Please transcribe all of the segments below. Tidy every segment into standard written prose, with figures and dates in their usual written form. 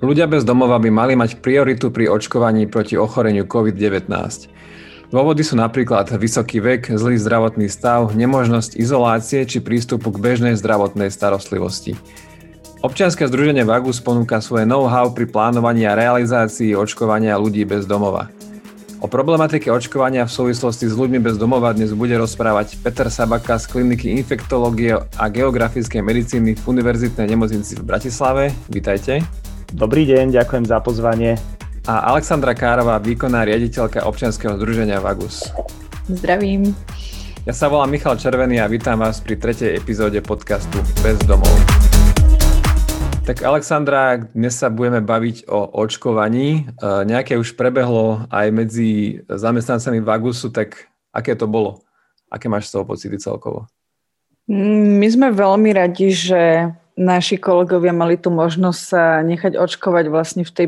Ľudia bez domova by mali mať prioritu pri očkovaní proti ochoreniu COVID-19. Dôvody sú napríklad vysoký vek, zlý zdravotný stav, nemožnosť izolácie či prístupu k bežnej zdravotnej starostlivosti. Občianske združenie Vagus ponúka svoje know-how pri plánovaní a realizácii očkovania ľudí bez domova. O problematike očkovania v súvislosti s ľuďmi bez domova dnes bude rozprávať Peter Sabaka z kliniky infektológie a geografickej medicíny v Univerzitnej nemocnici v Bratislave. Vítajte. Dobrý deň, ďakujem za pozvanie. A Alexandra Kárová, výkonná riaditeľka občianskeho združenia Vagus. Zdravím. Ja sa volám Michal Červený a vítam vás pri 3. epizóde podcastu Bez domov. Tak Alexandra, dnes sa budeme baviť o očkovaní. Nejaké už prebehlo aj medzi zamestnancami Vagusu, tak aké to bolo? Aké máš z toho pocity celkovo? My sme veľmi radi, že naši kolegovia mali tú možnosť sa nechať očkovať vlastne v tej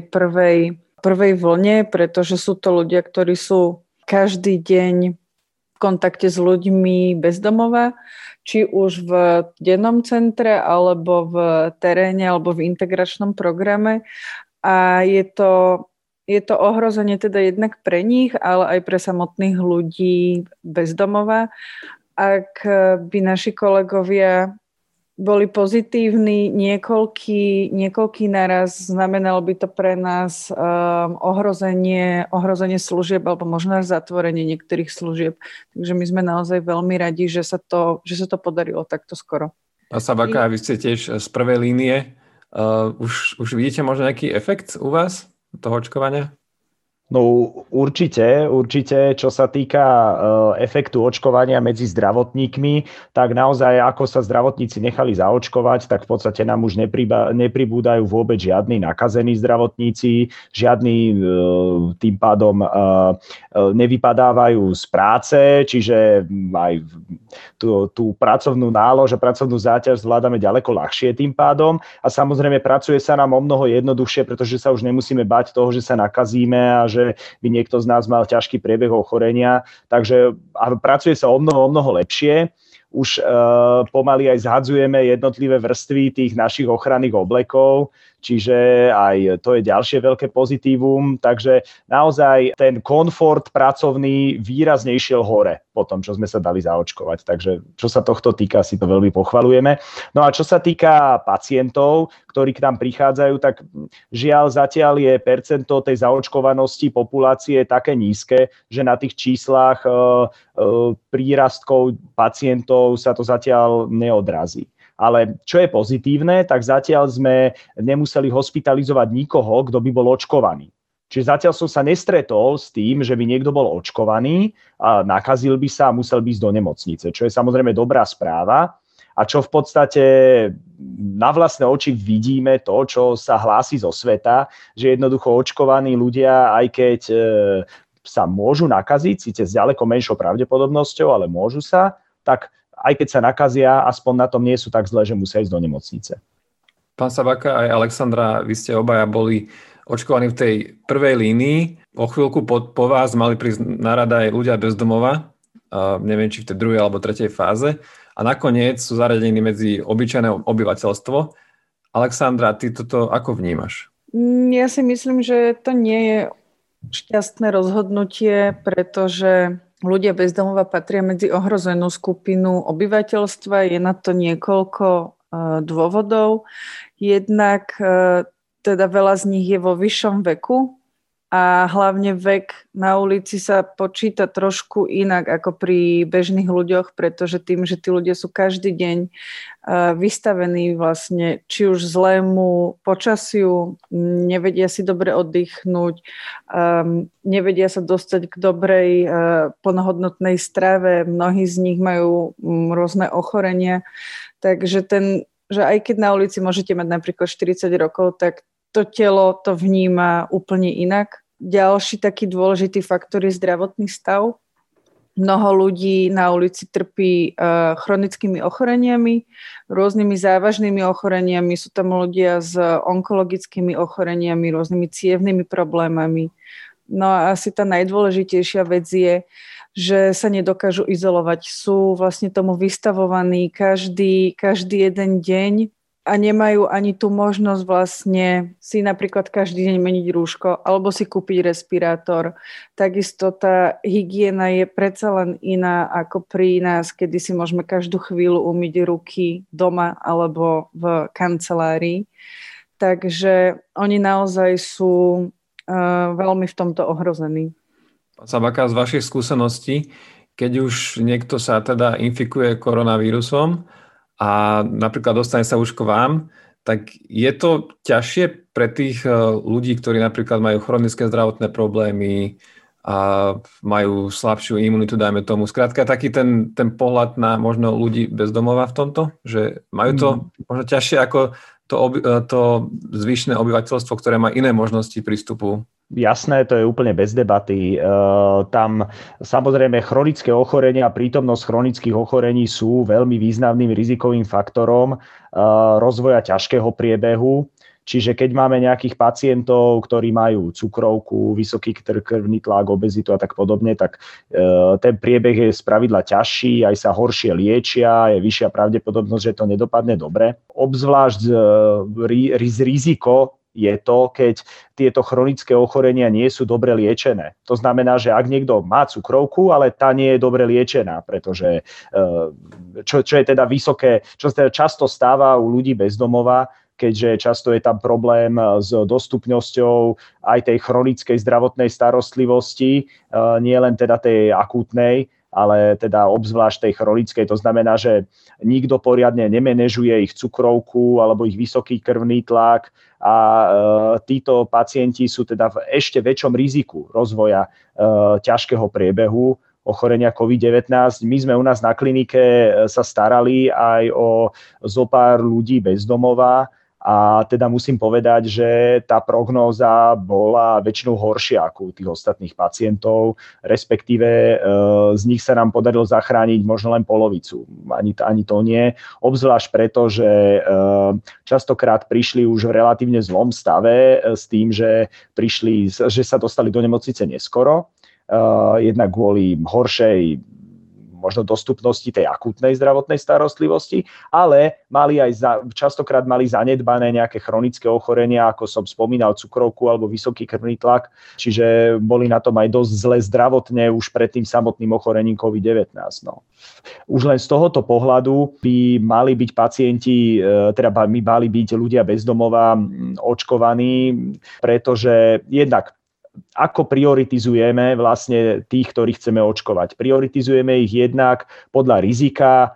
prvej vlne, pretože sú to ľudia, ktorí sú každý deň v kontakte s ľuďmi bez domova, či už v dennom centre, alebo v teréne, alebo v integračnom programe. A je to ohrozenie teda jednak pre nich, ale aj pre samotných ľudí bez domova. Ak by naši kolegovia boli pozitívni niekoľký naraz, znamenalo by to pre nás ohrozenie služieb alebo možno až zatvorenie niektorých služieb. Takže my sme naozaj veľmi radi, že sa to podarilo takto skoro. A Sabaka, vy ste tiež z prvej línie. Už vidíte možno nejaký efekt u vás toho očkovania? No určite, čo sa týka efektu očkovania medzi zdravotníkmi, tak naozaj ako sa zdravotníci nechali zaočkovať, tak v podstate nám už nepribúdajú vôbec žiadni nakazení zdravotníci, žiadni tým pádom nevypadávajú z práce, čiže aj tú pracovnú nálož a pracovnú záťaž zvládame ďaleko ľahšie tým pádom a samozrejme pracuje sa nám o mnoho jednoduchšie, pretože sa už nemusíme bať toho, že sa nakazíme a že by niekto z nás mal ťažký priebeh ochorenia. Takže pracuje sa o mnoho lepšie. Už pomaly aj zhadzujeme jednotlivé vrstvy tých našich ochranných oblekov, čiže aj to je ďalšie veľké pozitívum. Takže naozaj ten komfort pracovný výrazne išiel hore po tom, čo sme sa dali zaočkovať. Takže čo sa tohto týka, si to veľmi pochvaľujeme. No a čo sa týka pacientov, ktorí k nám prichádzajú, tak žiaľ zatiaľ je percento tej zaočkovanosti populácie také nízke, že na tých číslach prírastkov pacientov sa to zatiaľ neodrazí. Ale čo je pozitívne, tak zatiaľ sme nemuseli hospitalizovať nikoho, kto by bol očkovaný. Čiže zatiaľ som sa nestretol s tým, že by niekto bol očkovaný a nakazil by sa a musel by ísť do nemocnice, čo je samozrejme dobrá správa. A čo v podstate na vlastné oči vidíme to, čo sa hlási zo sveta, že jednoducho očkovaní ľudia, aj keď sa môžu nakaziť, síce s ďaleko menšou pravdepodobnosťou, ale môžu sa, tak aj keď sa nakazia, aspoň na tom nie sú tak zle, že musia ísť do nemocnice. Pán Sabaka aj Alexandra, vy ste obaja boli očkovaní v tej prvej línii. O chvíľku po vás mali prísť na rada aj ľudia bez domova, neviem, či v tej druhej alebo tretej fáze. A nakoniec sú zaradení medzi obyčajné obyvateľstvo. Alexandra, ty toto ako vnímaš? Ja si myslím, že to nie je šťastné rozhodnutie, pretože ľudia bez domova patria medzi ohrozenú skupinu obyvateľstva. Je na to niekoľko dôvodov. Jednak teda veľa z nich je vo vyššom veku a hlavne vek na ulici sa počíta trošku inak ako pri bežných ľuďoch, pretože tým, že tí ľudia sú každý deň vystavení vlastne či už zlému počasiu, nevedia si dobre oddychnúť, nevedia sa dostať k dobrej plnohodnotnej strave, mnohí z nich majú rôzne ochorenia, takže že aj keď na ulici môžete mať napríklad 40 rokov, tak to telo to vníma úplne inak. Ďalší taký dôležitý faktor je zdravotný stav. Mnoho ľudí na ulici trpí chronickými ochoreniami, rôznymi závažnými ochoreniami. Sú tam ľudia s onkologickými ochoreniami, rôznymi cievnymi problémami. No a asi tá najdôležitejšia vec je, že sa nedokážu izolovať. Sú vlastne tomu vystavovaní každý jeden deň a nemajú ani tú možnosť vlastne si napríklad každý deň meniť rúško alebo si kúpiť respirátor. Takisto tá hygiena je predsa len iná ako pri nás, kedy si môžeme každú chvíľu umyť ruky doma alebo v kancelárii. Takže oni naozaj sú veľmi v tomto ohrození. Pán Sabaka, z vašich skúseností, keď už niekto sa teda infikuje koronavírusom a napríklad dostane sa už k vám, tak je to ťažšie pre tých ľudí, ktorí napríklad majú chronické zdravotné problémy a majú slabšiu imunitu, dajme tomu. Skrátka taký ten pohľad na možno ľudí bez domova v tomto, že majú to možno ťažšie ako to zvyšné obyvateľstvo, ktoré má iné možnosti prístupu. Jasné, to je úplne bez debaty. Tam samozrejme chronické ochorenia a prítomnosť chronických ochorení sú veľmi významným rizikovým faktorom rozvoja ťažkého priebehu. Čiže keď máme nejakých pacientov, ktorí majú cukrovku, vysoký krvný tlak, obezitu a tak podobne, tak ten priebeh je spravidla ťažší, aj sa horšie liečia, je vyššia pravdepodobnosť, že to nedopadne dobre. Obzvlášť riziko je to, keď tieto chronické ochorenia nie sú dobre liečené. To znamená, že ak niekto má cukrovku, ale tá nie je dobre liečená, pretože čo je teda vysoké, čo sa teda často stáva u ľudí bez domova, keďže často je tam problém s dostupnosťou aj tej chronickej zdravotnej starostlivosti, nie len teda tej akútnej, ale teda obzvlášť tej chronickej. To znamená, že nikto poriadne nemenežuje ich cukrovku alebo ich vysoký krvný tlak a títo pacienti sú teda v ešte väčšom riziku rozvoja ťažkého priebehu ochorenia COVID-19. My sme u nás na klinike sa starali aj o zopár ľudí bez domova, a teda musím povedať, že tá prognóza bola väčšinou horšia ako u tých ostatných pacientov, respektíve z nich sa nám podarilo zachrániť možno len polovicu. Ani to nie. Obzvlášť preto, že častokrát prišli už v relatívne zlom stave s tým, že sa dostali do nemocnice neskoro, jednak kvôli horšej možno dostupnosti tej akútnej zdravotnej starostlivosti, ale častokrát mali zanedbané nejaké chronické ochorenia, ako som spomínal, cukrovku alebo vysoký krvný tlak, čiže boli na tom aj dosť zle zdravotne už pred tým samotným ochorením COVID-19. No. Už len z tohoto pohľadu by mali byť pacienti, mali byť ľudia bez domova očkovaní, pretože jednak ako prioritizujeme vlastne tých, ktorých chceme očkovať. Prioritizujeme ich jednak podľa rizika,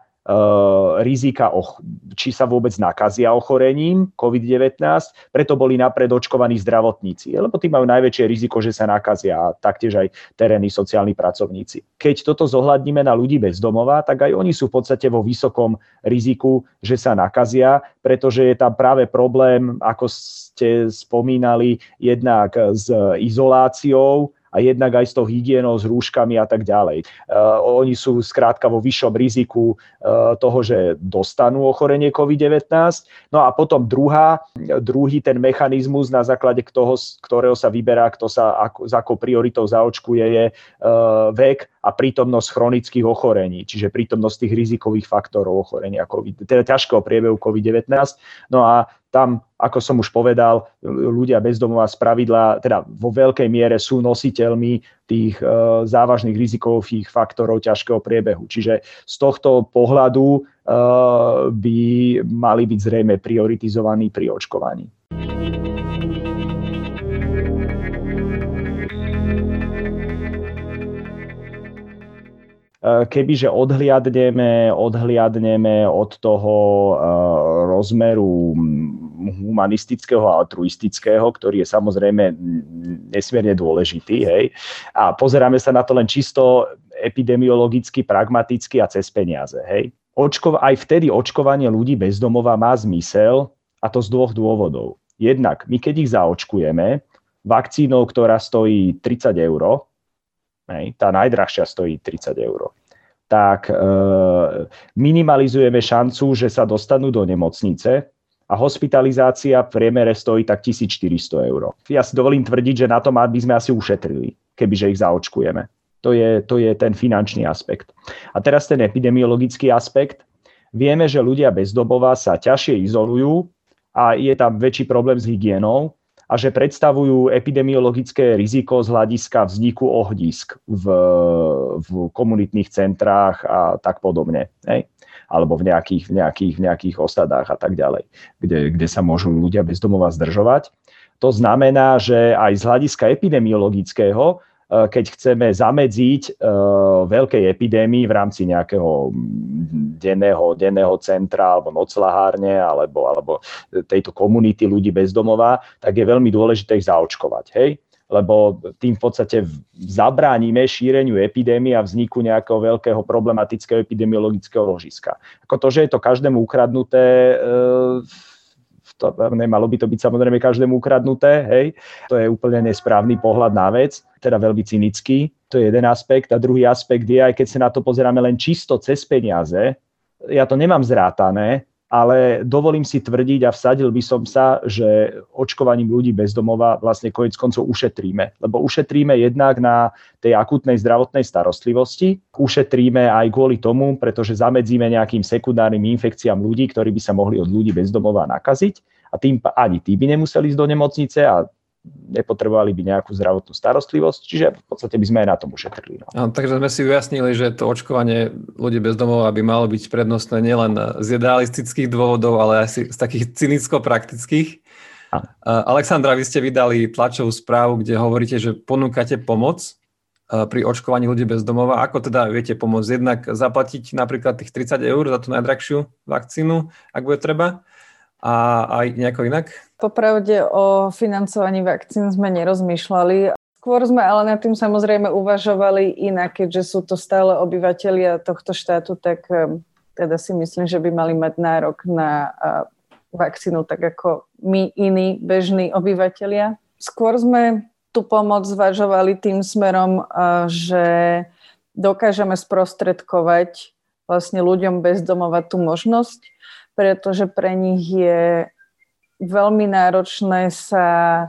či sa vôbec nakazia ochorením COVID-19, preto boli napred očkovaní zdravotníci, lebo tí majú najväčšie riziko, že sa nakazia, a taktiež aj terénni sociálni pracovníci. Keď toto zohľadníme na ľudí bez domova, tak aj oni sú v podstate vo vysokom riziku, že sa nakazia, pretože je tam práve problém, ako ste spomínali, jednak s izoláciou, a jednak aj s tou hygienou, s rúškami a tak ďalej. Oni sú skrátka vo vyššom riziku toho, že dostanú ochorenie COVID-19. No a potom druhý ten mechanizmus, na základe ktorého sa vyberá, kto sa s akou prioritou zaočkuje, je vek a prítomnosť chronických ochorení, čiže prítomnosť tých rizikových faktorov ochorenia teda ťažkého priebehu COVID-19. No a tam, ako som už povedal, ľudia bez domova spravidla, teda vo veľkej miere sú nositeľmi tých závažných rizikových faktorov ťažkého priebehu. Čiže z tohto pohľadu by mali byť zrejme prioritizovaní pri očkovaní. Kebyže odhliadneme od toho rozmeru humanistického a altruistického, ktorý je samozrejme nesmierne dôležitý, hej, a pozeráme sa na to len čisto epidemiologicky, pragmaticky a cez peniaze. Hej. Aj vtedy očkovanie ľudí bez domova má zmysel, a to z dvoch dôvodov. Jednak, my keď ich zaočkujeme vakcínou, ktorá stojí 30 €, tá najdrahšia stojí 30 €, tak minimalizujeme šancu, že sa dostanú do nemocnice a hospitalizácia v priemere stojí tak 1400 €. Ja si dovolím tvrdiť, že na tom by sme asi ušetrili, kebyže ich zaočkujeme. To je ten finančný aspekt. A teraz ten epidemiologický aspekt. Vieme, že ľudia bez domova sa ťažšie izolujú a je tam väčší problém s hygienou a že predstavujú epidemiologické riziko z hľadiska vzniku ohdísk v komunitných centrách a tak podobne. Hej? Alebo v nejakých osadách a tak ďalej, kde sa môžu ľudia bez domova zdržovať. To znamená, že aj z hľadiska epidemiologického, keď chceme zamedziť veľkej epidémii v rámci nejakého denného centra alebo noclahárne alebo tejto komunity ľudí bez domova, tak je veľmi dôležité ich zaočkovať. Hej? Lebo tým v podstate zabránime šíreniu epidémie a vzniku nejakého veľkého problematického epidemiologického ložiska. Ako to, že je to každému ukradnuté, nemalo by to byť samozrejme každému ukradnuté, hej. To je úplne nesprávny pohľad na vec, teda veľmi cynický. To je jeden aspekt. A druhý aspekt je, aj keď sa na to pozeráme len čisto cez peniaze, ja to nemám zrátané, ale dovolím si tvrdiť a vsadil by som sa, že očkovaním ľudí bez domova vlastne koniec koncov ušetríme. Lebo ušetríme jednak na tej akútnej zdravotnej starostlivosti, ušetríme aj kvôli tomu, pretože zamedzíme nejakým sekundárnym infekciám ľudí, ktorí by sa mohli od ľudí bez domova nakaziť a tým ani tí by nemuseli ísť do nemocnice a nepotrebovali by nejakú zdravotnú starostlivosť, čiže v podstate by sme aj na tom ušetrili. No. Takže sme si ujasnili, že to očkovanie ľudí bez domova by malo byť prednostné nielen z idealistických dôvodov, ale aj z takých cynicko-praktických. Alexandra, vy ste vydali tlačovú správu, kde hovoríte, že ponúkate pomoc pri očkovaní ľudí bez domova. Ako teda viete pomôcť? Jednak zaplatiť napríklad tých 30 eur za tú najdrahšiu vakcínu, ak bude treba? A aj nejako inak? Popravde o financovaní vakcín sme nerozmýšľali. Skôr sme ale nad tým samozrejme uvažovali inak, keďže sú to stále obyvatelia tohto štátu, tak teda si myslím, že by mali mať nárok na vakcínu tak ako my iní bežní obyvatelia. Skôr sme tú pomoc zvažovali tým smerom, že dokážeme sprostredkovať vlastne ľuďom bez domova tú možnosť, pretože pre nich je veľmi náročné sa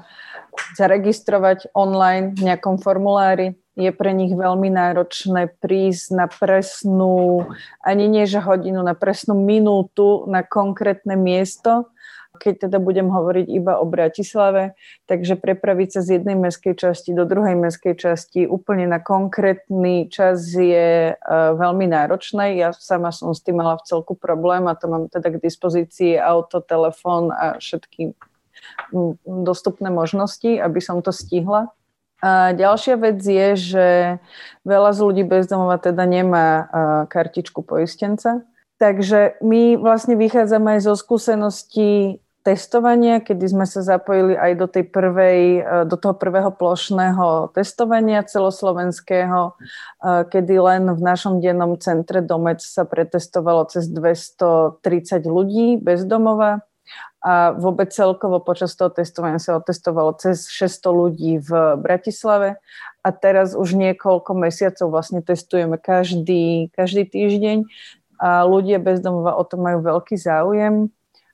zaregistrovať online v nejakom formulári. Je pre nich veľmi náročné prísť na presnú, ani nie že hodinu, na presnú minútu na konkrétne miesto, keď teda budem hovoriť iba o Bratislave, takže prepraviť sa z jednej mestskej časti do druhej mestskej časti úplne na konkrétny čas je veľmi náročné. Ja sama som s tým mala v celku problém a to mám teda k dispozícii auto, telefón a všetky dostupné možnosti, aby som to stihla. A ďalšia vec je, že veľa z ľudí bez domova teda nemá kartičku poistenca. Takže my vlastne vychádzame aj zo skúseností testovania, kedy sme sa zapojili aj do toho prvého plošného testovania celoslovenského, kedy len v našom dennom centre Domec sa pretestovalo cez 230 ľudí bez domova a vôbec celkovo počas toho testovania sa otestovalo cez 600 ľudí v Bratislave a teraz už niekoľko mesiacov vlastne testujeme každý týždeň a ľudia bez domova o to majú veľký záujem.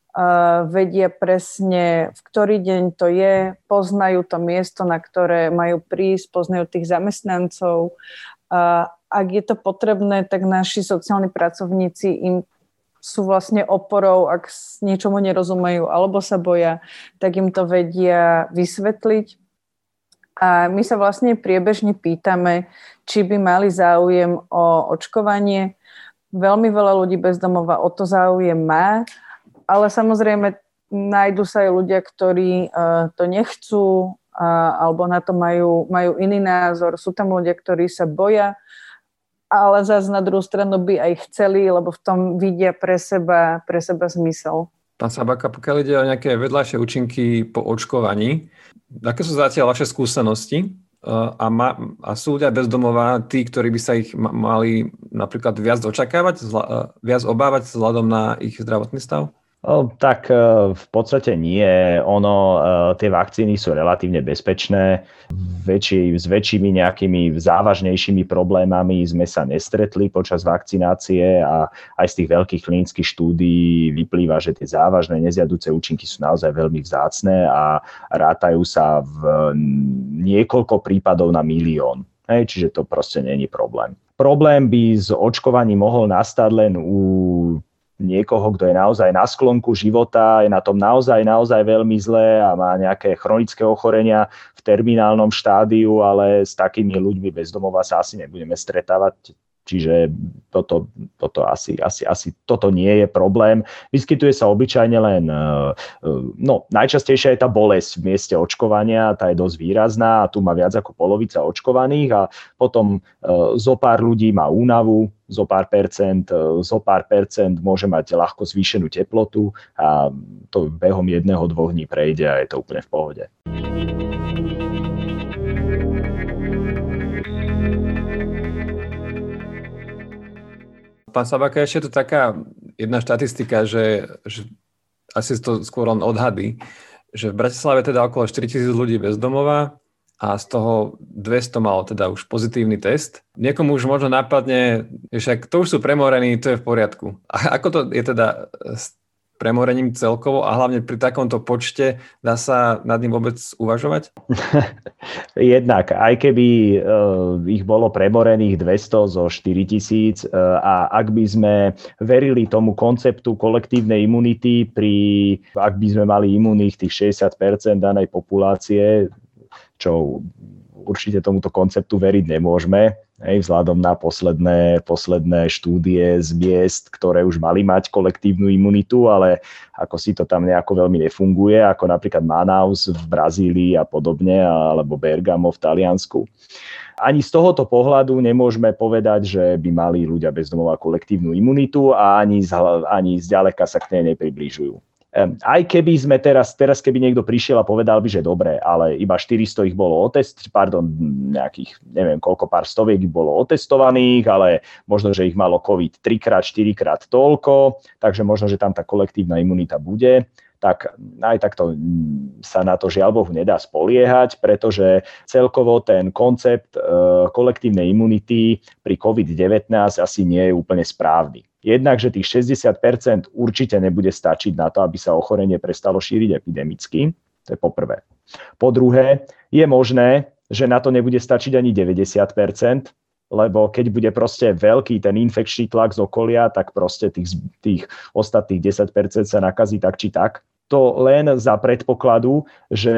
Vedia presne, v ktorý deň to je, poznajú to miesto, na ktoré majú prísť, poznajú tých zamestnancov. Ak je to potrebné, tak naši sociálni pracovníci im sú vlastne oporou, ak niečomu nerozumejú alebo sa boja, tak im to vedia vysvetliť. A my sa vlastne priebežne pýtame, či by mali záujem o očkovanie. Veľmi veľa ľudí bez domova o to záujem má, ale samozrejme nájdu sa aj ľudia, ktorí to nechcú alebo na to majú iný názor. Sú tam ľudia, ktorí sa boja, ale zase na druhú stranu by aj chceli, lebo v tom vidia pre seba zmysel. Pán Sabaka, pokiaľ ide o nejaké vedľajšie účinky po očkovaní, aké sú zatiaľ vaše skúsenosti? A sú ľudia bez domova tí, ktorí by sa ich mali napríklad viac očakávať, viac obávať vzhľadom na ich zdravotný stav? Tak v podstate nie. Tie vakcíny sú relatívne bezpečné. S väčšími nejakými závažnejšími problémami sme sa nestretli počas vakcinácie a aj z tých veľkých klinických štúdií vyplýva, že tie závažné nežiaduce účinky sú naozaj veľmi vzácne a rátajú sa v niekoľko prípadov na 1 000 000. Čiže to proste nie je problém. Problém by s očkovaním mohol nastať len u niekoho, kto je naozaj na sklonku života, je na tom naozaj veľmi zlé a má nejaké chronické ochorenia v terminálnom štádiu, ale s takými ľuďmi bez domova sa asi nebudeme stretávať. Čiže toto toto nie je problém. Vyskytuje sa obyčajne len, najčastejšia je tá bolesť v mieste očkovania, tá je dosť výrazná a tu má viac ako polovica očkovaných a potom zo pár ľudí má únavu, zo pár percent môže mať ľahko zvýšenú teplotu a to behom 1-2 dní prejde a je to úplne v pohode. Pán Sabaka, ešte je tu taká jedna štatistika, že asi to skôr len odhady, že v Bratislave teda okolo 4 000 ľudí bez domova a z toho 200 malo teda už pozitívny test. Niekomu už možno napadne, že však to už sú premorení, to je v poriadku. A ako to je teda s premorením celkovo a hlavne pri takomto počte dá sa nad ním vôbec uvažovať? Jednak, aj keby ich bolo premorených 200 zo 4 000 a ak by sme verili tomu konceptu kolektívnej imunity, ak by sme mali imunných tých 60% danej populácie, čo určite tomuto konceptu veriť nemôžeme, vzhľadom na posledné štúdie z miest, ktoré už mali mať kolektívnu imunitu, ale ako si to tam nejako veľmi nefunguje, ako napríklad Manaus v Brazílii a podobne, alebo Bergamo v Taliansku. Ani z tohoto pohľadu nemôžeme povedať, že by mali ľudia bez domova kolektívnu imunitu a ani zďaleka sa k nej nepribližujú. Aj keby sme teraz keby niekto prišiel a povedal by, že dobre, ale iba 400 ich bolo nejakých, neviem koľko, pár stoviek bolo otestovaných, ale možno, že ich malo COVID 3-4 krát toľko, takže možno, že tam tá kolektívna imunita bude, tak aj takto sa na to žiaľ Bohu nedá spoliehať, pretože celkovo ten koncept kolektívnej imunity pri COVID-19 asi nie je úplne správny. Jednak, že tých 60% určite nebude stačiť na to, aby sa ochorenie prestalo šíriť epidemicky. To je po prvé. Po druhé, je možné, že na to nebude stačiť ani 90%, lebo keď bude proste veľký ten infekčný tlak z okolia, tak proste tých ostatných 10% sa nakazí tak či tak. To len za predpokladu, že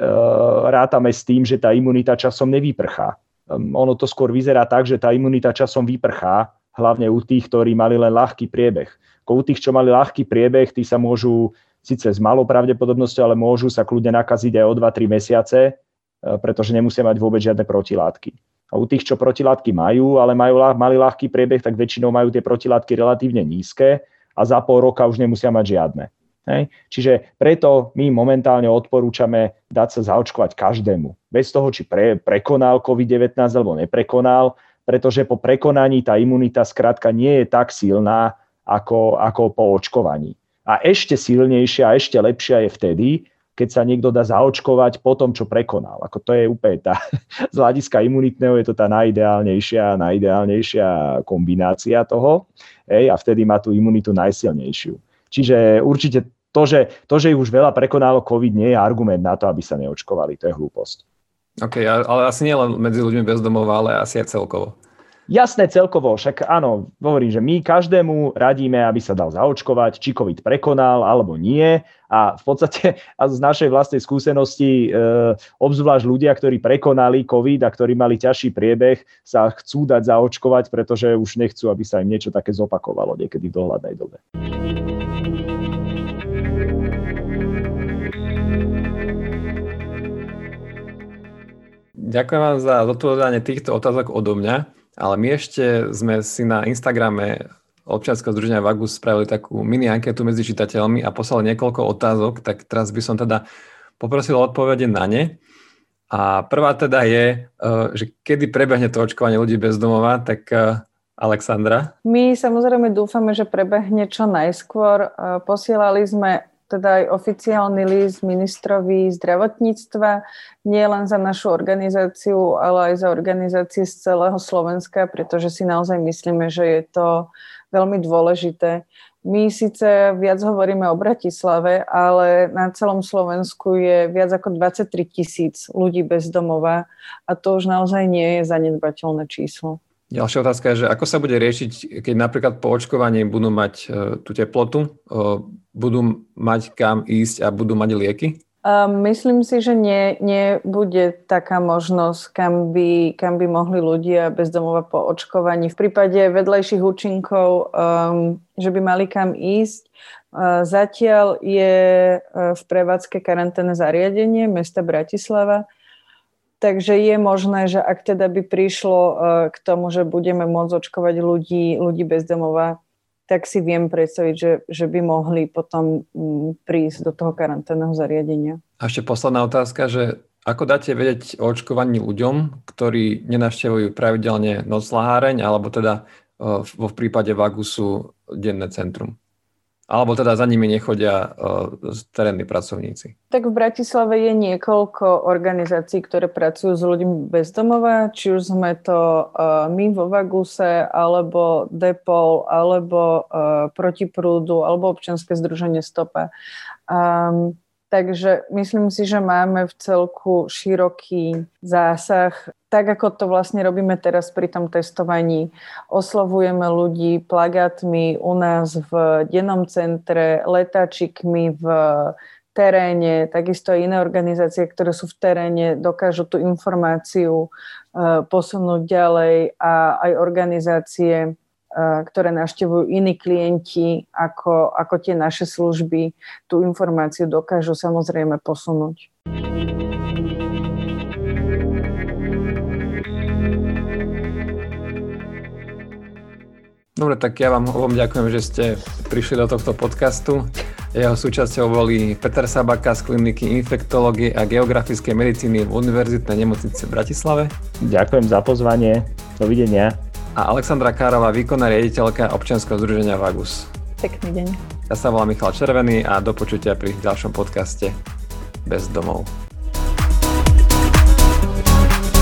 rátame s tým, že tá imunita časom nevyprchá. Ono to skôr vyzerá tak, že tá imunita časom vyprchá, hlavne u tých, ktorí mali len ľahký priebeh. U tých, čo mali ľahký priebeh, tí sa môžu, síce s malou pravdepodobnosťou, ale môžu sa kľudne nakaziť aj o 2-3 mesiace, pretože nemusia mať vôbec žiadne protilátky. A u tých, čo protilátky majú, ale mali ľahký priebeh, tak väčšinou majú tie protilátky relatívne nízke a za pol roka už nemusia mať žiadne. Hej. Čiže preto my momentálne odporúčame dať sa zaočkovať každému. Bez toho, či prekonal COVID-19 alebo neprekonal, pretože po prekonaní tá imunita skrátka nie je tak silná ako po očkovaní. A ešte silnejšia a ešte lepšia je vtedy, keď sa niekto dá zaočkovať po tom, čo prekonal. Ako to je úplne z hľadiska imunitného je to tá najideálnejšia kombinácia toho, a vtedy má tú imunitu najsilnejšiu. Čiže určite to, že už veľa prekonalo COVID, nie je argument na to, aby sa neočkovali. To je hlúposť. OK, ale asi nie len medzi ľuďmi bez domova, ale asi aj celkovo. Jasné, celkovo, však áno, hovorím, že my každému radíme, aby sa dal zaočkovať, či COVID prekonal alebo nie. A v podstate z našej vlastnej skúsenosti, obzvlášť ľudia, ktorí prekonali COVID a ktorí mali ťažší priebeh, sa chcú dať zaočkovať, pretože už nechcú, aby sa im niečo také zopakovalo niekedy v dohľadnej dobe. Ďakujem vám za zodpovedanie týchto otázok odo mňa, ale my ešte sme si na Instagrame občianskeho združenia Vagus spravili takú mini anketu medzi čitateľmi a poslali niekoľko otázok, tak teraz by som teda poprosil o odpovede na ne. A prvá teda je, že kedy prebehne to očkovanie ľudí bez domova, tak Alexandra? My samozrejme dúfame, že prebehne čo najskôr. Posielali sme teda aj oficiálny list ministrovi zdravotníctva, nie len za našu organizáciu, ale aj za organizácie z celého Slovenska, pretože si naozaj myslíme, že je to veľmi dôležité. My síce viac hovoríme o Bratislave, ale na celom Slovensku je viac ako 23 000 ľudí bez domova a to už naozaj nie je zanedbateľné číslo. Ďalšia otázka je, že ako sa bude riešiť, keď napríklad po očkovaní budú mať tú teplotu, budú mať kam ísť a budú mať lieky? Myslím si, že nebude taká možnosť, kam by mohli ľudia bez domova po očkovaní. V prípade vedľajších účinkov, že by mali kam ísť, zatiaľ je v prevádzke karanténne zariadenie mesta Bratislava. Takže je možné, že ak teda by prišlo k tomu, že budeme môcť očkovať ľudí bez domova, tak si viem predstaviť, že by mohli potom prísť do toho karanténneho zariadenia. A ešte posledná otázka, že ako dáte vedieť o očkovaní ľuďom, ktorí nenavštevujú pravidelne nocľaháreň, alebo teda v prípade Vagusu denné centrum? Alebo teda za nimi nechodia terénni pracovníci? Tak v Bratislave je niekoľko organizácií, ktoré pracujú s ľuďmi bez domova, či už sme to my vo Vaguse, alebo Depol, alebo Proti prúdu, alebo občianske združenie Stopa. Takže myslím si, že máme v celku široký zásah. Tak, ako to vlastne robíme teraz pri tom testovaní. Oslovujeme ľudí plagátmi u nás v dennom centre, letáčikmi v teréne, takisto aj iné organizácie, ktoré sú v teréne, dokážu tú informáciu posunúť ďalej a aj organizácie, ktoré navštevujú iní klienti ako tie naše služby, tú informáciu dokážu samozrejme posunúť. Dobre, tak ja vám obom ďakujem, že ste prišli do tohto podcastu. Jeho súčasťou boli Peter Sabaka z kliniky infektológie a geografickej medicíny v Univerzitnej nemocnici v Bratislave. Ďakujem za pozvanie. Dovidenia. A Alexandra Kárová, výkonná riaditeľka občianskeho združenia Vagus. Pekný deň. Ja sa volám Michal Červený a do počutia pri ďalšom podcaste Bez domov.